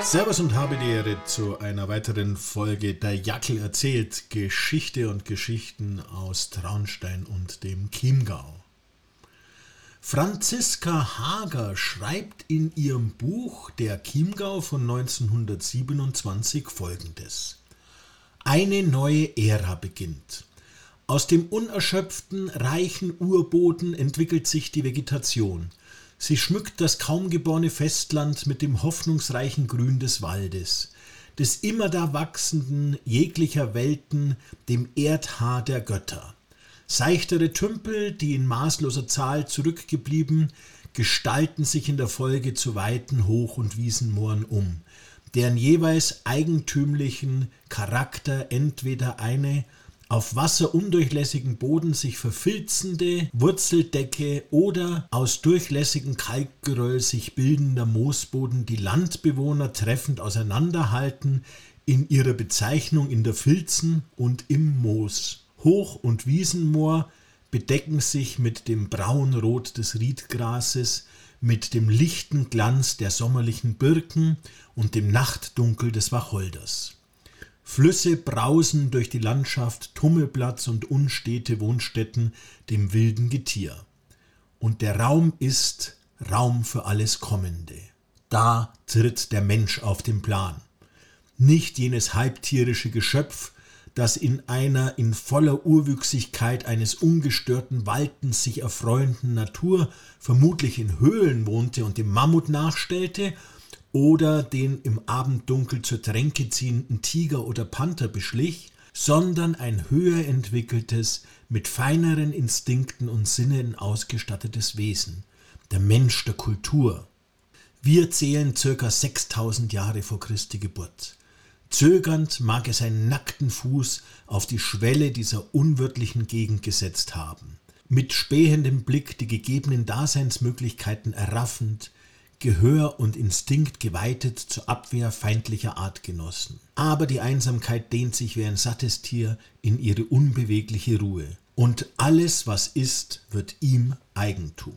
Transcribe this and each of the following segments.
Servus und habe die Ehre zu einer weiteren Folge Der Jackel erzählt, Geschichte und Geschichten aus Traunstein und dem Chiemgau. Franziska Hager schreibt in ihrem Buch Der Chiemgau von 1927 Folgendes: Eine neue Ära beginnt. Aus dem unerschöpften, reichen Urboden entwickelt sich die Vegetation. Sie schmückt das kaum geborene Festland mit dem hoffnungsreichen Grün des Waldes, des immer da wachsenden jeglicher Welten, dem Erdhaar der Götter. Seichtere Tümpel, die in maßloser Zahl zurückgeblieben, gestalten sich in der Folge zu weiten Hoch- und Wiesenmooren um, deren jeweils eigentümlichen Charakter entweder eine auf wasserundurchlässigen Boden sich verfilzende Wurzeldecke oder aus durchlässigem Kalkgeröll sich bildender Moosboden die Landbewohner treffend auseinanderhalten in ihrer Bezeichnung in der Filzen und im Moos. Hoch- und Wiesenmoor bedecken sich mit dem Braunrot des Riedgrases, mit dem lichten Glanz der sommerlichen Birken und dem Nachtdunkel des Wacholders. Flüsse brausen durch die Landschaft, Tummelplatz und unstete Wohnstätten dem wilden Getier. Und der Raum ist Raum für alles Kommende. Da tritt der Mensch auf den Plan. Nicht jenes halbtierische Geschöpf, das in einer in voller Urwüchsigkeit eines ungestörten Waltens sich erfreuenden Natur vermutlich in Höhlen wohnte und dem Mammut nachstellte, oder den im Abenddunkel zur Tränke ziehenden Tiger oder Panther beschlich, sondern ein höher entwickeltes, mit feineren Instinkten und Sinnen ausgestattetes Wesen, der Mensch der Kultur. Wir zählen ca. 6000 Jahre vor Christi Geburt. Zögernd mag er seinen nackten Fuß auf die Schwelle dieser unwirtlichen Gegend gesetzt haben, mit spähendem Blick die gegebenen Daseinsmöglichkeiten erraffend, Gehör und Instinkt geweitet zur Abwehr feindlicher Artgenossen. Aber die Einsamkeit dehnt sich wie ein sattes Tier in ihre unbewegliche Ruhe. Und alles, was ist, wird ihm Eigentum.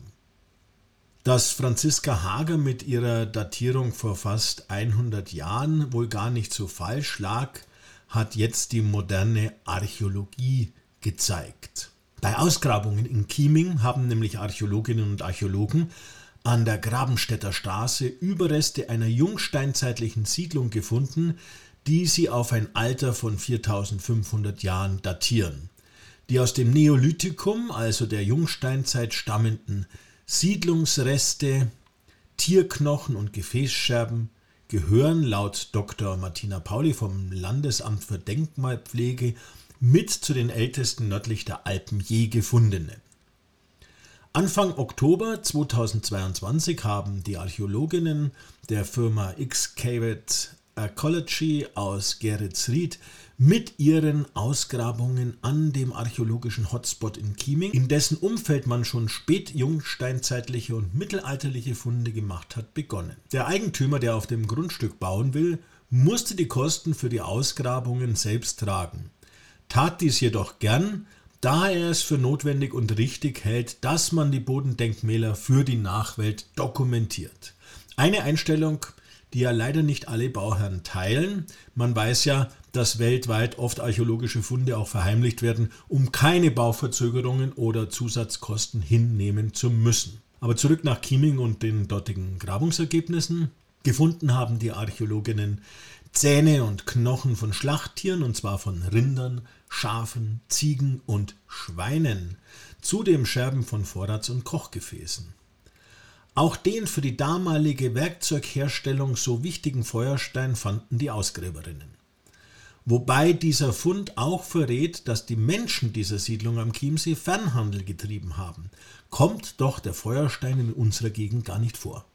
Dass Franziska Hager mit ihrer Datierung vor fast 100 Jahren wohl gar nicht so falsch lag, hat jetzt die moderne Archäologie gezeigt. Bei Ausgrabungen in Chieming haben nämlich Archäologinnen und Archäologen an der Grabenstädter Straße Überreste einer jungsteinzeitlichen Siedlung gefunden, die sie auf ein Alter von 4500 Jahren datieren. Die aus dem Neolithikum, also der Jungsteinzeit stammenden Siedlungsreste, Tierknochen und Gefäßscherben gehören laut Dr. Martina Pauli vom Landesamt für Denkmalpflege mit zu den ältesten nördlich der Alpen je gefundenen. Anfang Oktober 2022 haben die Archäologinnen der Firma Excavate Archaeology aus Geretsried mit ihren Ausgrabungen an dem archäologischen Hotspot in Chieming, in dessen Umfeld man schon spätjungsteinzeitliche und mittelalterliche Funde gemacht hat, begonnen. Der Eigentümer, der auf dem Grundstück bauen will, musste die Kosten für die Ausgrabungen selbst tragen, tat dies jedoch gern, da er es für notwendig und richtig hält, dass man die Bodendenkmäler für die Nachwelt dokumentiert. Eine Einstellung, die ja leider nicht alle Bauherren teilen. Man weiß ja, dass weltweit oft archäologische Funde auch verheimlicht werden, um keine Bauverzögerungen oder Zusatzkosten hinnehmen zu müssen. Aber zurück nach Chieming und den dortigen Grabungsergebnissen. Gefunden haben die Archäologinnen Zähne und Knochen von Schlachttieren, und zwar von Rindern, Schafen, Ziegen und Schweinen, zudem Scherben von Vorrats- und Kochgefäßen. Auch den für die damalige Werkzeugherstellung so wichtigen Feuerstein fanden die Ausgräberinnen. Wobei dieser Fund auch verrät, dass die Menschen dieser Siedlung am Chiemsee Fernhandel getrieben haben, kommt doch der Feuerstein in unserer Gegend gar nicht vor.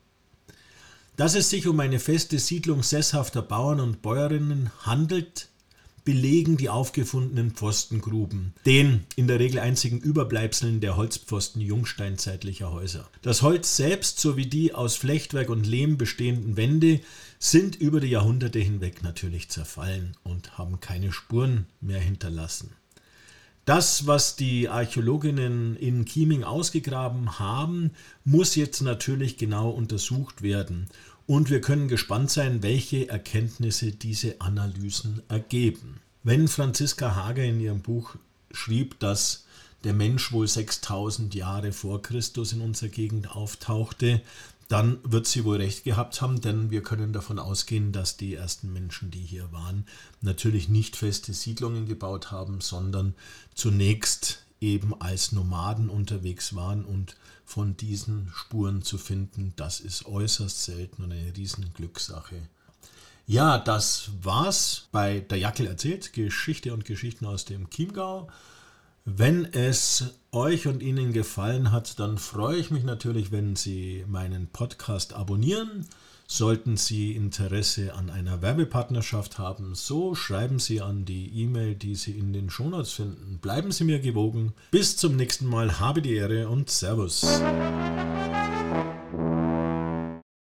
Dass es sich um eine feste Siedlung sesshafter Bauern und Bäuerinnen handelt, belegen die aufgefundenen Pfostengruben, den in der Regel einzigen Überbleibseln der Holzpfosten jungsteinzeitlicher Häuser. Das Holz selbst sowie die aus Flechtwerk und Lehm bestehenden Wände sind über die Jahrhunderte hinweg natürlich zerfallen und haben keine Spuren mehr hinterlassen. Das, was die Archäologinnen in Chieming ausgegraben haben, muss jetzt natürlich genau untersucht werden. und wir können gespannt sein, welche Erkenntnisse diese Analysen ergeben. Wenn Franziska Hager in ihrem Buch schrieb, dass der Mensch wohl 6000 Jahre vor Christus in unserer Gegend auftauchte, dann wird sie wohl recht gehabt haben, denn wir können davon ausgehen, dass die ersten Menschen, die hier waren, natürlich nicht feste Siedlungen gebaut haben, sondern zunächst eben als Nomaden unterwegs waren, und von diesen Spuren zu finden, das ist äußerst selten und eine riesen Glückssache. Ja, das war's bei Der Jackel erzählt, Geschichte und Geschichten aus dem Chiemgau. Wenn es euch und Ihnen gefallen hat, dann freue ich mich natürlich, wenn Sie meinen Podcast abonnieren. Sollten Sie Interesse an einer Werbepartnerschaft haben, so schreiben Sie an die E-Mail, die Sie in den Shownotes finden. Bleiben Sie mir gewogen. Bis zum nächsten Mal. Habe die Ehre und Servus.